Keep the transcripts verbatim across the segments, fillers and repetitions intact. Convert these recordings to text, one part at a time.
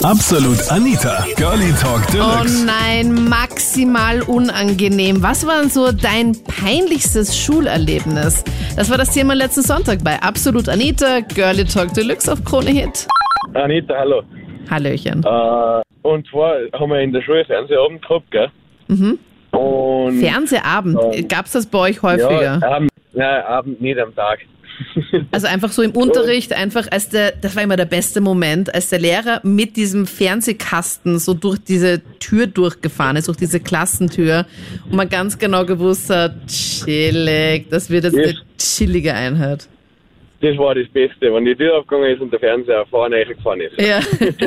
Absolut Anita, Girlie Talk Deluxe. Oh nein, maximal unangenehm. Was war denn so dein peinlichstes Schulerlebnis? Das war das Thema letzten Sonntag bei Absolut Anita, Girlie Talk Deluxe auf Krone Hit. Anita, hallo. Hallöchen. Äh, und zwar haben wir in der Schule Fernsehabend gehabt, gell? Mhm. Und Fernsehabend, ähm, gab's das bei euch häufiger? Ja, Abend, nein, Abend nicht am Tag. Also einfach so im Unterricht, einfach als der, das war immer der beste Moment, als der Lehrer mit diesem Fernsehkasten so durch diese Tür durchgefahren ist, durch diese Klassentür und man ganz genau gewusst hat, chillig, das wird jetzt Yes. eine chillige Einheit. Das war das Beste, wenn die Tür aufgegangen ist und der Fernseher vorne reingefahren ist. Ja.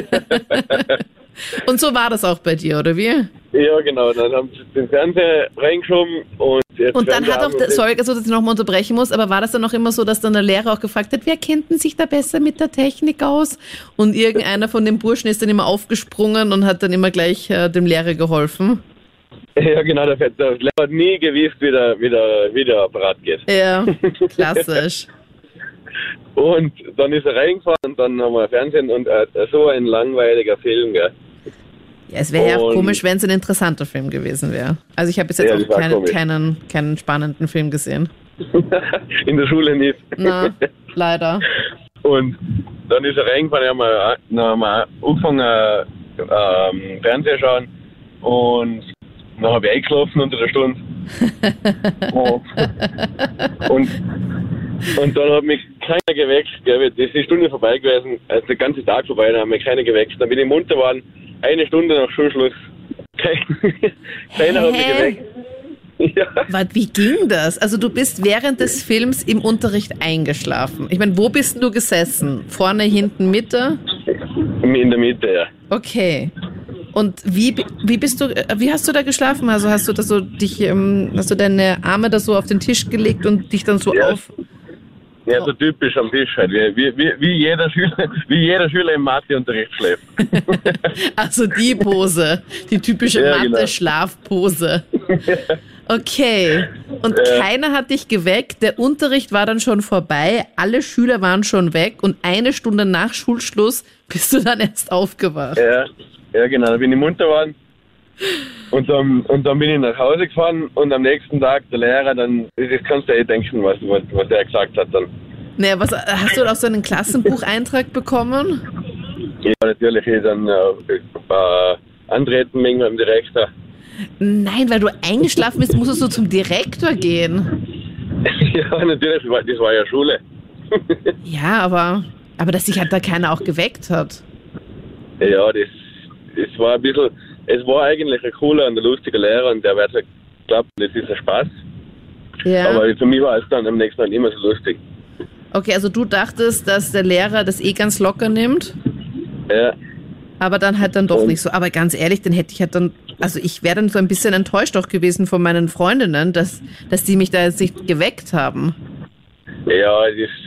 Und so war das auch bei dir, oder wie? Ja, genau. Dann haben sie den Fernseher reingeschoben und jetzt Und dann hat auch, Fernsehabend- sorry, also, dass ich nochmal unterbrechen muss, aber war das dann noch immer so, dass dann der Lehrer auch gefragt hat, wer kennt denn sich da besser mit der Technik aus? Und irgendeiner von den Burschen ist dann immer aufgesprungen und hat dann immer gleich äh, dem Lehrer geholfen. Ja, genau. Der, der Lehrer hat nie gewusst, wie der, wie der Videoapparat geht. Ja, klassisch. Und dann ist er reingefahren und dann haben wir Fernsehen und äh, so ein langweiliger Film, gell. Ja, es wäre ja auch Und- komisch, wenn es ein interessanter Film gewesen wäre. Also ich habe bis jetzt Ja, das auch war keinen, komisch. keinen, keinen spannenden Film gesehen. In der Schule nicht. Na, leider. Und dann ist er reingefahren, haben wir, dann haben wir angefangen, ähm, Fernseher schauen und dann habe ich eingeschlafen unter der Stunde. und, und, und dann hat mich keiner geweckt. Gell? Das ist die Stunde vorbei gewesen, also der ganze Tag vorbei, dann hat mich keiner geweckt. Dann bin ich munter geworden, eine Stunde nach Schulschluss. Kein, keiner hat mich Hä? geweckt. Ja. Warte, wie ging das? Also du bist während des Films im Unterricht eingeschlafen. Ich meine, wo bist du gesessen? Vorne, hinten, Mitte? In der Mitte, ja. Okay. Und wie, wie bist du, wie hast du da geschlafen? Also hast du da so dich, ähm, hast du deine Arme da so auf den Tisch gelegt und dich dann so Ja. auf? Ja, so typisch am Tisch halt, wie, wie, wie, wie, jeder Schüler, wie jeder Schüler im Matheunterricht schläft. Also die Pose, die typische Ja, genau. Mathe-Schlafpose. Okay. Und Ja. keiner hat dich geweckt, der Unterricht war dann schon vorbei, alle Schüler waren schon weg und eine Stunde nach Schulschluss bist du dann erst aufgewacht. Ja, ja genau, da bin ich munter geworden. Und dann, und dann bin ich nach Hause gefahren und am nächsten Tag der Lehrer, dann, das kannst du eh denken, was, was, was er gesagt hat dann. Naja, was, hast du auch so einen Klassenbucheintrag bekommen? Ja, natürlich, ich dann äh, äh, antreten mit dem Direktor. Nein, weil du eingeschlafen bist, musstest du zum Direktor gehen. Ja, natürlich, das war, das war ja Schule. Ja, aber, aber dass sich halt da keiner auch geweckt hat. Ja, das, das war ein bisschen, es war eigentlich ein cooler und ein lustiger Lehrer und der wird geglaubt, das ist ein Spaß. Ja. Aber für mich war es dann am nächsten Tag immer so lustig. Okay, also du dachtest, dass der Lehrer das eh ganz locker nimmt, Ja, aber dann halt dann doch Und- nicht so. Aber ganz ehrlich, dann hätte ich halt dann, also ich wäre dann so ein bisschen enttäuscht auch gewesen von meinen Freundinnen, dass, dass die mich da jetzt nicht geweckt haben. ja,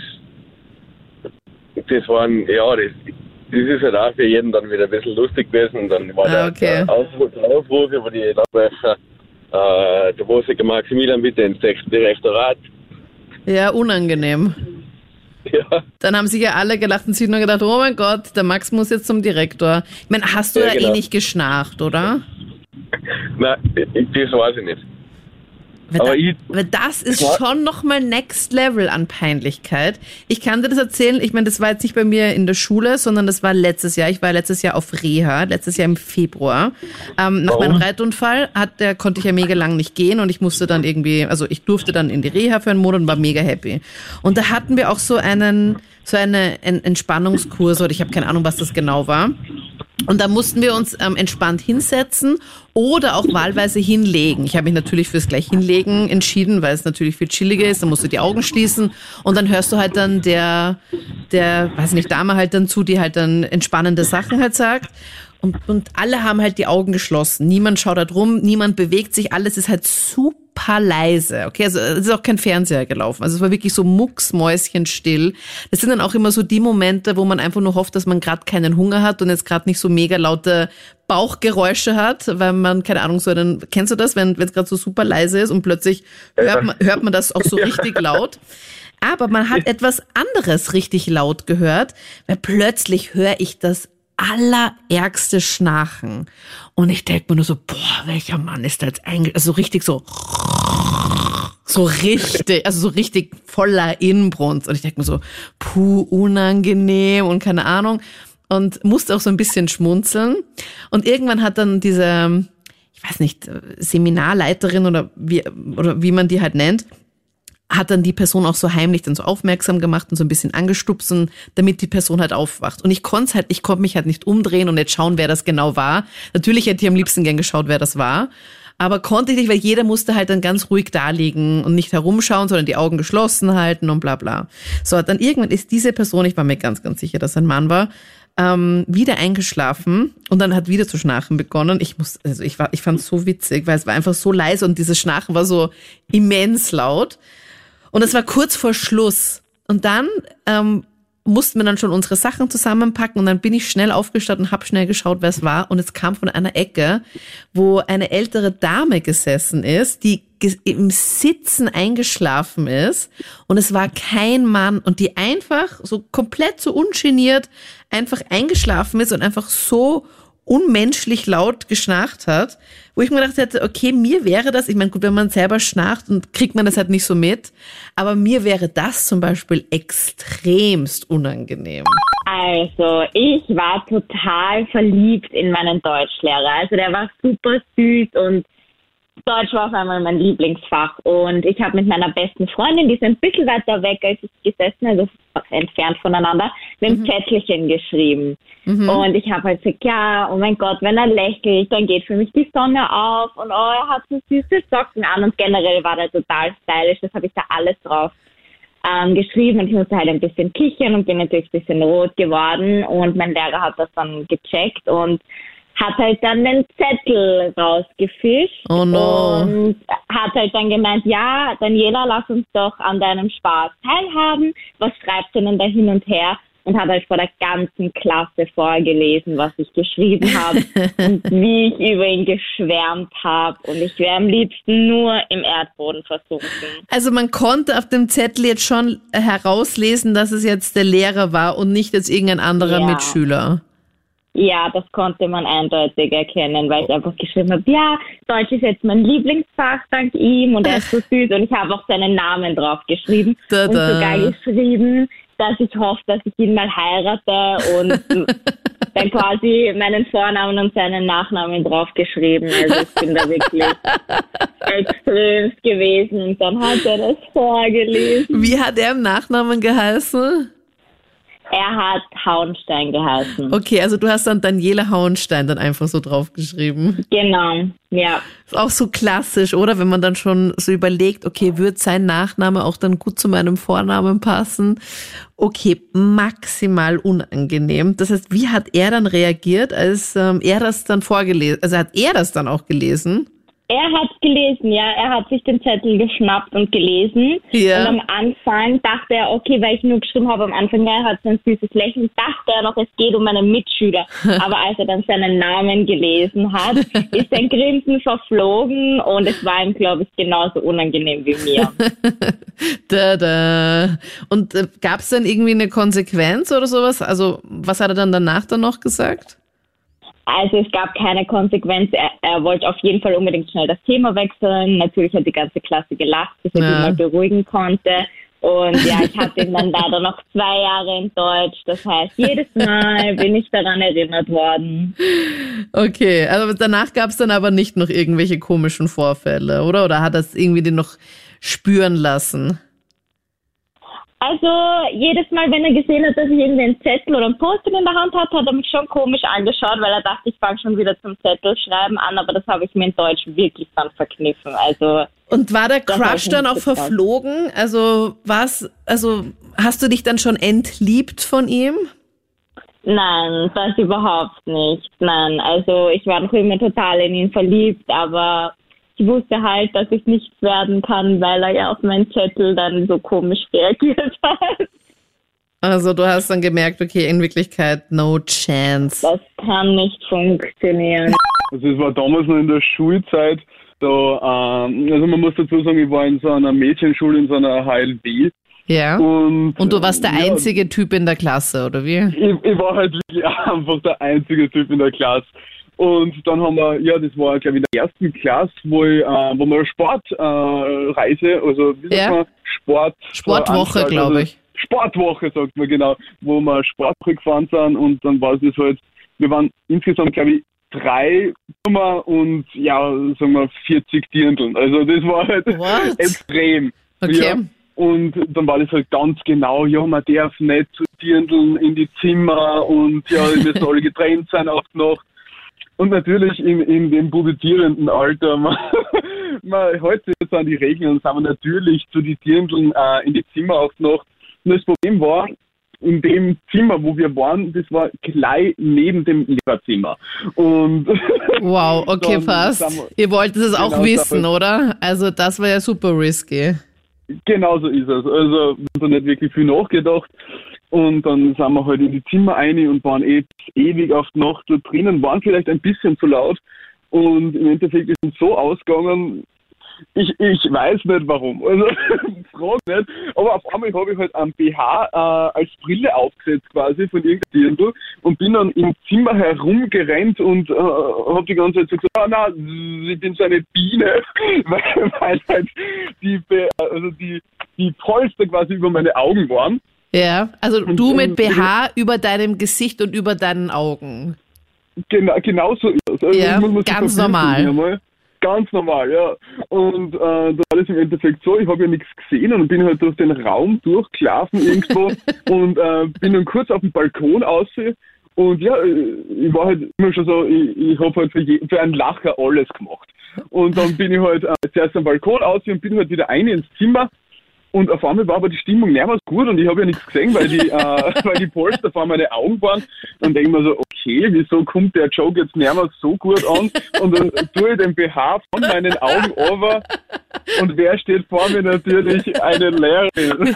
das, das waren, ja, das, das ist halt auch für jeden dann wieder ein bisschen lustig gewesen. Und dann war Ah, der, okay. der Aufruf, der Aufruf über die Lautsprecher, äh, der Bosiger Maximilian bitte ins Direktorat. Ja, unangenehm. Ja, Dann haben sich ja alle gelacht und sich nur gedacht, oh mein Gott, der Max muss jetzt zum Direktor. Ich meine, hast du Ja, da genau. eh nicht geschnarcht, oder? nein, das weiß ich nicht. Weil, Aber da, ich- weil das ist Ja. schon nochmal Next Level an Peinlichkeit. Ich kann dir das erzählen, ich meine, das war jetzt nicht bei mir in der Schule, sondern das war letztes Jahr. Ich war letztes Jahr auf Reha, letztes Jahr im Februar. Ähm, nach Warum? meinem Reitunfall hat, der konnte ich ja mega lang nicht gehen und ich musste dann irgendwie, also ich durfte dann in die Reha für einen Monat und war mega happy. Und da hatten wir auch so einen, so eine en- Entspannungskurs oder ich habe keine Ahnung, was das genau war. Und da mussten wir uns ähm, entspannt hinsetzen oder auch wahlweise hinlegen. Ich habe mich natürlich fürs gleich hinlegen entschieden, weil es natürlich viel chilliger ist. Dann musst du die Augen schließen und dann hörst du halt dann der, der, weiß nicht, Dame halt dann zu, die halt dann entspannende Sachen halt sagt. Und, und alle haben halt die Augen geschlossen. Niemand schaut da drum, niemand bewegt sich, alles ist halt super leise. Okay, also es ist auch kein Fernseher gelaufen. Also es war wirklich so mucksmäuschenstill. Das sind dann auch immer so die Momente, wo man einfach nur hofft, dass man gerade keinen Hunger hat und jetzt gerade nicht so mega laute Bauchgeräusche hat, weil man, keine Ahnung, so einen, kennst du das, wenn es gerade so super leise ist und plötzlich hört man, hört man das auch so richtig laut. Aber man hat etwas anderes richtig laut gehört, weil plötzlich höre ich das allerärgste Schnarchen. Und ich denke mir nur so, boah, welcher Mann ist da jetzt eigentlich, also so richtig so, so richtig, also so richtig voller Inbrunst. Und ich denke mir so, puh, unangenehm und keine Ahnung. Und musste auch so ein bisschen schmunzeln. Und irgendwann hat dann diese, ich weiß nicht, Seminarleiterin oder wie, oder wie man die halt nennt, hat dann die Person auch so heimlich dann so aufmerksam gemacht und so ein bisschen angestupsen, damit die Person halt aufwacht. Und ich konnte halt, ich konnte mich halt nicht umdrehen und jetzt schauen, wer das genau war. Natürlich hätte ich am liebsten gern geschaut, wer das war. Aber konnte ich nicht, weil jeder musste halt dann ganz ruhig da liegen und nicht herumschauen, sondern die Augen geschlossen halten und bla bla. So, dann irgendwann ist diese Person, ich war mir ganz, ganz sicher, dass er ein Mann war, ähm, wieder eingeschlafen und dann hat wieder zu schnarchen begonnen. Ich muss, also ich war, ich fand es so witzig, weil es war einfach so leise und dieses Schnarchen war so immens laut. Und es war kurz vor Schluss. Und dann ähm, mussten wir dann schon unsere Sachen zusammenpacken und dann bin ich schnell aufgestanden und habe schnell geschaut, wer es war. Und es kam von einer Ecke, wo eine ältere Dame gesessen ist, die im Sitzen eingeschlafen ist. Und es war kein Mann und die einfach so komplett so ungeniert einfach eingeschlafen ist und einfach so unmenschlich laut geschnarcht hat, wo ich mir gedacht hätte, okay, mir wäre das, ich meine, gut, wenn man selber schnarcht und kriegt man das halt nicht so mit, aber mir wäre das zum Beispiel extremst unangenehm. Also, ich war total verliebt in meinen Deutschlehrer. Also, der war super süß und Deutsch war auf einmal mein Lieblingsfach. Und ich habe mit meiner besten Freundin, die ist ein bisschen weiter weg als ich gesessen, also entfernt voneinander, mit einem mhm. Zettelchen geschrieben. Mhm. Und ich habe halt gesagt, ja, oh mein Gott, wenn er lächelt, dann geht für mich die Sonne auf und oh, er hat so süße Socken an. Und generell war der total stylisch, das habe ich da alles drauf ähm, geschrieben. Und ich musste halt ein bisschen kichern und bin natürlich ein bisschen rot geworden. Und mein Lehrer hat das dann gecheckt und hat halt dann den Zettel rausgefischt oh no. und hat halt dann gemeint, ja, Daniela, lass uns doch an deinem Spaß teilhaben. Was schreibst du denn da hin und her? Und hat halt vor der ganzen Klasse vorgelesen, was ich geschrieben habe und wie ich über ihn geschwärmt habe. Und ich wäre am liebsten nur im Erdboden versunken. Also man konnte auf dem Zettel jetzt schon herauslesen, dass es jetzt der Lehrer war und nicht jetzt irgendein anderer ja. Mitschüler. Ja, das konnte man eindeutig erkennen, weil ich einfach geschrieben habe, ja, Deutsch ist jetzt mein Lieblingsfach dank ihm und er ist so süß und ich habe auch seinen Namen drauf geschrieben da, da. und sogar geschrieben, dass ich hoffe, dass ich ihn mal heirate und dann quasi meinen Vornamen und seinen Nachnamen drauf geschrieben. Also ich bin da wirklich extremst gewesen und dann hat er das vorgelesen. Wie hat er im Nachnamen geheißen? Er hat Hauenstein geheißen. Okay, also du hast dann Daniela Hauenstein dann einfach so draufgeschrieben. Genau, ja. Ist auch so klassisch, oder? Wenn man dann schon so überlegt, okay, wird sein Nachname auch dann gut zu meinem Vornamen passen? Okay, maximal unangenehm. Das heißt, wie hat er dann reagiert, als ähm, er das dann vorgelesen, also hat er das dann auch gelesen? Er hat gelesen, ja. Er hat sich den Zettel geschnappt und gelesen. Ja. Und am Anfang dachte er, okay, weil ich nur geschrieben habe, am Anfang, ja, er hat so ein süßes Lächeln, dachte er noch, es geht um einen Mitschüler. Aber als er dann seinen Namen gelesen hat, ist sein Grinsen verflogen und es war ihm, glaube ich, genauso unangenehm wie mir. da, da. Und äh, gab es dann irgendwie eine Konsequenz oder sowas? Also was hat er dann danach dann noch gesagt? Also es gab keine Konsequenz. Er, er wollte auf jeden Fall unbedingt schnell das Thema wechseln. Natürlich hat die ganze Klasse gelacht, bis er ja. ihn mal beruhigen konnte. Und ja, ich hatte ihn dann leider noch zwei Jahre in Deutsch. Das heißt, jedes Mal bin ich daran erinnert worden. Okay, also danach gab es dann aber nicht noch irgendwelche komischen Vorfälle, oder? Oder hat er es irgendwie den noch spüren lassen? Also jedes Mal, wenn er gesehen hat, dass ich irgendwie einen Zettel oder ein Post-it in der Hand hatte, hat er mich schon komisch angeschaut, weil er dachte, ich fange schon wieder zum Zettelschreiben an, aber das habe ich mir in Deutsch wirklich dann verkniffen. Also und war der Crush dann auch getraut. verflogen? Also was? Also hast du dich dann schon entliebt von ihm? Nein, das überhaupt nicht. Nein, also ich war noch immer total in ihn verliebt, aber ich wusste halt, dass ich nichts werden kann, weil er ja auf meinen Zettel dann so komisch reagiert hat. Also du hast dann gemerkt, okay, in Wirklichkeit no chance. Das kann nicht funktionieren. Also es war damals noch in der Schulzeit, da, ähm, also man muss dazu sagen, ich war in so einer Mädchenschule, in so einer H L B Ja. Und, Und du warst der ja, einzige Typ in der Klasse, oder wie? Ich, ich war halt wirklich einfach der einzige Typ in der Klasse. Und dann haben wir, ja, das war, glaube ich, in der ersten Klasse, wo, ich, äh, wo wir Sportreise, äh, Reise, also wie sagt Ja. man, Sport... Sportwoche, glaube ich. Also Sportwoche, sagt man genau, wo wir Sportwoche gefahren sind und dann war es das halt, wir waren insgesamt, glaube ich, drei Nummer und ja, sagen wir vierzig Dirndln. Also das war halt What? extrem. Okay. Ja. Und dann war das halt ganz genau, ja, man darf nicht zu Dirndln in die Zimmer und ja, wir müssen alle getrennt sein auf die Nacht. Und natürlich in, in dem pubertierenden Alter, man, man hält sich jetzt an die Regeln und sind wir natürlich zu den Dirndln äh, in die Zimmer auf die Nacht. Und das Problem war, in dem Zimmer, wo wir waren, das war gleich neben dem Lehrerzimmer. Und Wow, okay, dann passt. sind wir- Ihr wolltet es auch Genau, wissen, da- oder? Also das war ja super risky. Genau so ist es. Also, wir haben da nicht wirklich viel nachgedacht. Und dann sind wir halt in die Zimmer rein und waren eh ewig auf die Nacht dort drinnen, waren vielleicht ein bisschen zu laut. Und im Endeffekt ist es so ausgegangen, ich, ich weiß nicht warum. Also, frag nicht. Aber auf einmal habe ich halt einen B H äh, als Brille aufgesetzt quasi von irgendeinem Dirndl und bin dann im Zimmer herumgerannt und äh, habe die ganze Zeit so gesagt, ah, na, ich bin so eine Biene, weil, weil halt die, Be- also die, die Polster quasi über meine Augen waren. Ja, also Und- du mit und- B H über deinem Gesicht und über deinen Augen. Genau, genau so ist es. Also, Ja, das muss man sich ganz so normal. vorstellen einmal. Ganz normal, ja. Und äh, da war das im Endeffekt so, ich habe ja nichts gesehen und bin halt durch den Raum durchgelaufen irgendwo und äh, bin dann kurz auf den Balkon raus und ja, ich war halt immer schon so, ich, ich habe halt für, je, für einen Lacher alles gemacht. Und dann bin ich halt äh, zuerst am Balkon raus und bin halt wieder rein ins Zimmer. Und auf einmal war aber die Stimmung nicht mehr so gut und ich habe ja nichts gesehen, weil die, äh, weil die Polster vor meine Augen waren. Dann denke ich mir so, okay, wieso kommt der Joke jetzt nicht mehr so gut an? Und dann tue ich den B H von meinen Augen over und wer steht vor mir? Natürlich eine Lehrerin.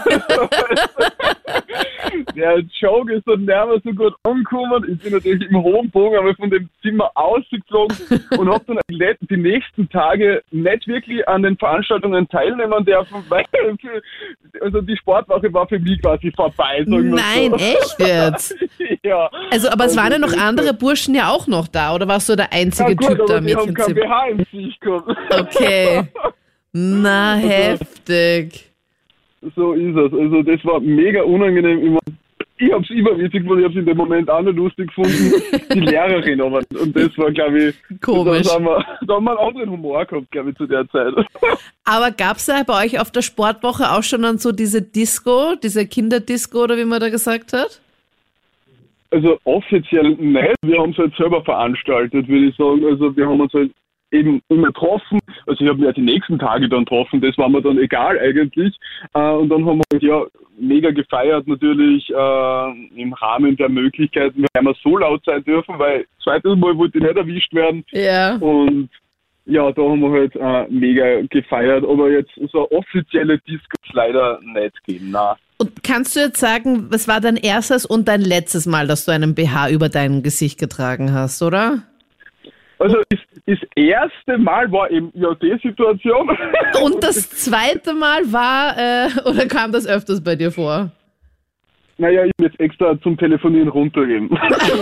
Der Joke ist dann nicht mehr so gut angekommen. Ich bin natürlich im hohen Bogen einmal von dem Zimmer ausgeflogen und habe dann die nächsten Tage nicht wirklich an den Veranstaltungen teilnehmen dürfen, weil also die Sportwoche war für mich quasi vorbei. Sagen wir Nein, so. echt jetzt? Ja. Also, aber es waren ja noch das ist andere Burschen ja auch noch da, oder warst du der einzige ja, gut, Typ da aber im die haben kein Mädchenzimmer? B H im Gesicht gehabt. Okay. Na, heftig. So ist es. Also das war mega unangenehm. Ich, mein, ich habe es immer witzig gefunden, ich habe es in dem Moment auch nicht lustig gefunden. Die Lehrerin aber. Und das war, glaube ich, Komisch. Da haben, wir, da haben wir einen anderen Humor gehabt, glaube ich, zu der Zeit. Aber gab's da bei euch auf der Sportwoche auch schon dann so diese Disco, diese Kinderdisco oder wie man da gesagt hat? Also offiziell nicht. Wir haben es halt selber veranstaltet, würde ich sagen. Also wir haben uns halt eben immer getroffen. Also ich habe mich ja die nächsten Tage dann getroffen, das war mir dann egal eigentlich. Äh, und dann haben wir halt ja mega gefeiert natürlich äh, im Rahmen der Möglichkeiten, weil wir so laut sein dürfen, weil zweites Mal wollte ich nicht erwischt werden. Ja. Und ja, da haben wir halt äh, mega gefeiert, aber jetzt so offizielle Discos leider nicht gegeben. Nein. Und kannst du jetzt sagen, was war dein erstes und dein letztes Mal, dass du einen B H über dein Gesicht getragen hast, oder? Also das, das erste Mal war eben ja die Situation. Und das zweite Mal war, äh, oder kam das öfters bei dir vor? Naja, ich will jetzt extra zum Telefonieren runtergeben.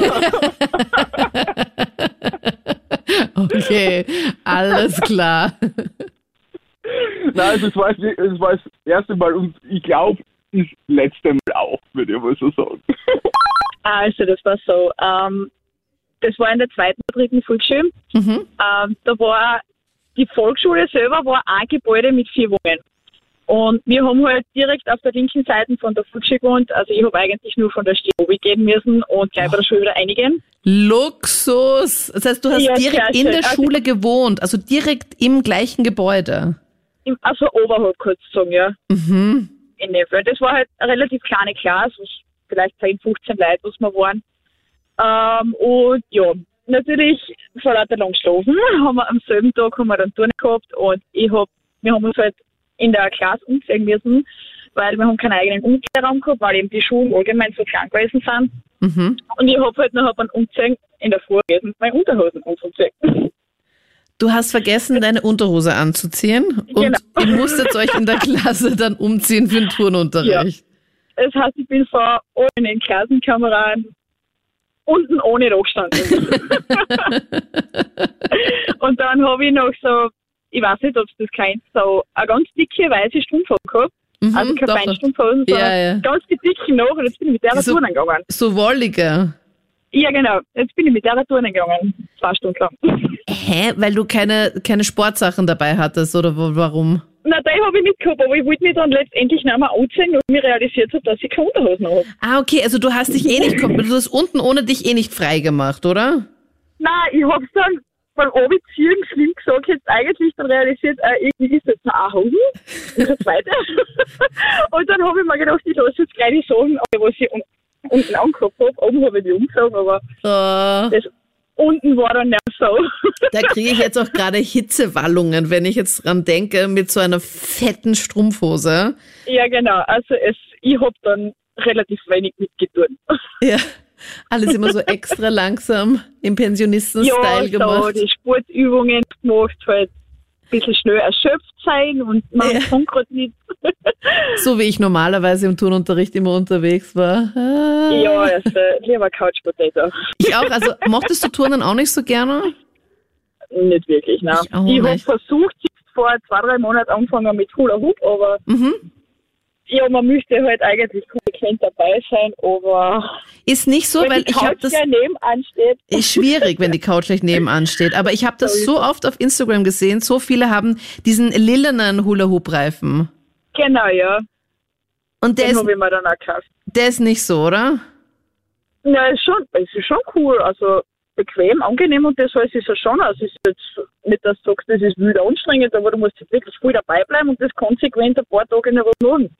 Okay, alles klar. Nein, also es war, es war das erste Mal und ich glaube, das letzte Mal auch, würde ich mal so sagen. Also das war so, ähm, das war in der zweiten oder dritten Volksschule. Mhm. Ähm, da war die Volksschule selber war ein Gebäude mit vier Wohnungen. Und wir haben halt direkt auf der linken Seite von der Volksschule gewohnt. Also ich habe eigentlich nur von der Stiege gehen müssen und gleich bei der Schule wieder einigen. Luxus. Das heißt, du hast Ja, direkt sehr in schön. der Also- Schule gewohnt, also direkt im gleichen Gebäude. Im, also oberhalb kurz zu sagen, ja. Mhm. In dem Fall. Das war halt eine relativ kleine Klasse, was vielleicht zehn, fünfzehn Leute, was wir waren. Ähm, und ja, natürlich vor lauter lang geschlafen. Haben wir am selben Tag haben wir dann Turnen gehabt und ich hab, wir haben uns halt in der Klasse umziehen müssen, weil wir haben keinen eigenen Umkleideraum gehabt, weil eben die Schulen allgemein so klein gewesen sind. Mhm. Und ich habe halt noch beim Umziehen in der Früh gewesen, meine Unterhosen umzuziehen. Du hast vergessen, deine Unterhose anzuziehen und Genau. ihr musstet euch in der Klasse dann umziehen für den Turnunterricht. Ja. Das heißt, ich bin vor allen den Klassenkameraden unten ohne Rock gestanden. Und dann habe ich noch so, ich weiß nicht, ob du das kennst, so eine ganz dicke weiße Strumpfhose gehabt. Mhm, Also keine doch. Feinstrumpfhosen, Ja, sondern ja. ganz die dicken noch und jetzt bin ich mit der Die so- Touren gegangen. So wolliger. Ja, genau. Jetzt bin ich mit der Touren gegangen. Zwei Stunden lang. Hä? Weil du keine, keine Sportsachen dabei hattest oder wo, warum? Na, den habe ich nicht gehabt, aber ich wollte mich dann letztendlich nicht mehr anziehen und mir realisiert habe, dass ich keine Unterhosen habe. Ah, okay, also du hast dich eh nicht komplett, du hast unten ohne dich eh nicht frei gemacht, oder? Nein, ich habe es dann beim Abziehen schlimm gesagt, jetzt eigentlich dann realisiert, äh, irgendwie ist jetzt noch eine Hose und eine zweite. Und dann habe ich mir gedacht, ich lasse jetzt kleine Sachen, an, was ich un unten angehabt habe. Oben habe ich die umgezogen, aber Oh, das unten war dann nicht so. da kriege ich jetzt auch gerade Hitzewallungen, wenn ich jetzt dran denke, mit so einer fetten Strumpfhose. Ja, genau. Also es, ich habe dann relativ wenig mitgetan. Ja, alles immer so extra langsam im Pensionisten-Style Ja, so gemacht. die Sportübungen gemacht, halt ein bisschen schnell erschöpft sein und man Ja. kann gerade nicht. So wie ich normalerweise im Turnunterricht immer unterwegs war. Ah. Ja, also lieber Couch Potato. Ich auch, also mochtest du Turnen auch nicht so gerne? Nicht wirklich, nein. Ich auch Ich habe nicht. versucht, vor zwei, drei Monaten angefangen mit Hula Hoop, aber Mhm. ja, man müsste halt eigentlich konsequent dabei sein, aber Ist nicht so, wenn weil die ich habe Couch das... ja nebenan steht, Ist schwierig, wenn die Couch gleich nebenan steht. Aber ich habe das so oft auf Instagram gesehen. So viele haben diesen lillernen Hula-Hoop-Reifen. genau, ja, Und der den ist, habe ich mir dann auch gekauft. der ist nicht so, oder? Ja, ist schon, es ist schon cool, also bequem, angenehm und das alles ist ja schon. Also es ist jetzt nicht, dass du sagst, das ist wild anstrengend, aber du musst jetzt wirklich voll dabei bleiben und das konsequent ein paar Tage in der Woche machen.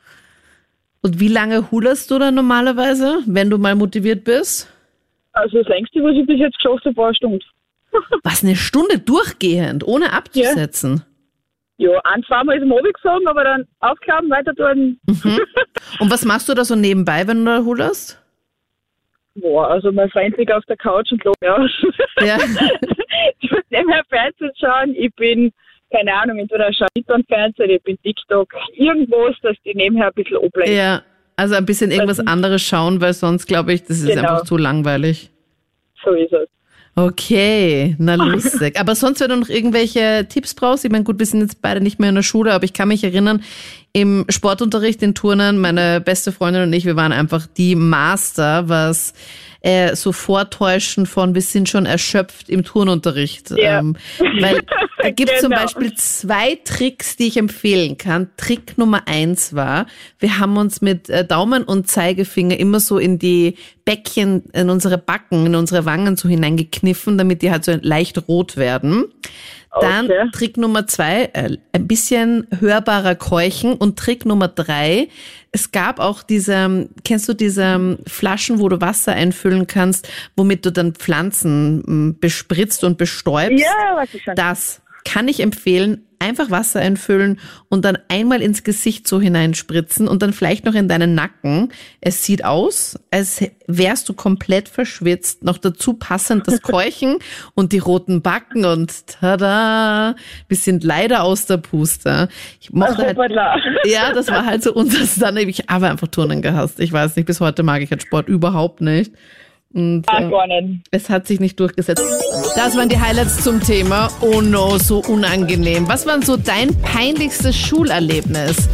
Und wie lange hulast du dann normalerweise, wenn du mal motiviert bist? Also das längste, was ich bis jetzt geschafft habe, war eine Stunde. Was, eine Stunde durchgehend, ohne abzusetzen? Ja, ein, zweimal ist am Abend geflogen, aber dann aufklappen, weiter tun. Und was machst du da so nebenbei, wenn du da hulast? Boah, also mein Freund liegt auf der Couch und lacht mich aus. Ja. Ich muss nebenher Fernsehen schauen. Ich bin, keine Ahnung, entweder schaue ich dann Fernsehen, ich bin TikTok, irgendwas, dass die nebenher ein bisschen ablenken. Ja, also ein bisschen irgendwas anderes schauen, weil sonst glaube ich, das ist Genau. einfach zu langweilig. So ist es. Okay, na lustig. Aber sonst, wenn du noch irgendwelche Tipps brauchst, ich meine, gut, wir sind jetzt beide nicht mehr in der Schule, aber ich kann mich erinnern, im Sportunterricht, in Turnen, meine beste Freundin und ich, wir waren einfach die Master, was äh, so Vortäuschen von, wir sind schon erschöpft im Turnunterricht. Ja. Ähm, weil da gibt es zum Genau. Beispiel zwei Tricks, die ich empfehlen kann. Trick Nummer eins war, wir haben uns mit äh, Daumen und Zeigefinger immer so in die Bäckchen, in unsere Backen, in unsere Wangen so hineingekniffen, damit die halt so leicht rot werden. Dann Okay. Trick Nummer zwei, äh, ein bisschen hörbarer keuchen. Und Trick Nummer drei, es gab auch diese, kennst du diese Flaschen, wo du Wasser einfüllen kannst, womit du dann Pflanzen m, bespritzt und bestäubst? Ja, was ich schon. Das kann ich empfehlen. Einfach Wasser einfüllen und dann einmal ins Gesicht so hineinspritzen und dann vielleicht noch in deinen Nacken. Es sieht aus, als wärst du komplett verschwitzt. Noch dazu passend das Keuchen und die roten Backen und tada, wir sind leider aus der Puste. Ich mochte halt, Hoppala. ja, das war halt so unser Stand. Ich habe einfach Turnen gehasst. Ich weiß nicht, bis heute mag ich halt Sport überhaupt nicht. Und Ah, äh, gar nicht. es hat sich nicht durchgesetzt. Das waren die Highlights zum Thema. Oh no, so unangenehm. Was war denn so dein peinlichstes Schulerlebnis?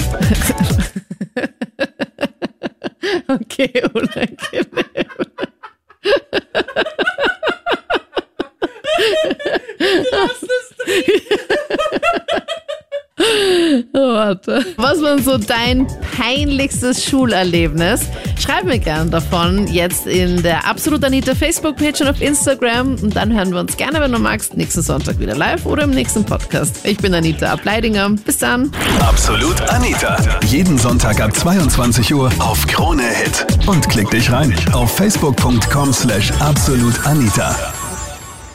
Okay, unangenehm. Oh, warte. Was war denn so dein peinlichstes Schulerlebnis? Schreib mir gern davon jetzt in der Absolut Anita Facebook-Page und auf Instagram. Und dann hören wir uns gerne, wenn du magst, nächsten Sonntag wieder live oder im nächsten Podcast. Ich bin Anita Ableidinger. Bis dann. Absolut Anita. Jeden Sonntag ab zweiundzwanzig Uhr auf Krone Hit. Und klick dich rein auf facebook punkt com slash absolutanita.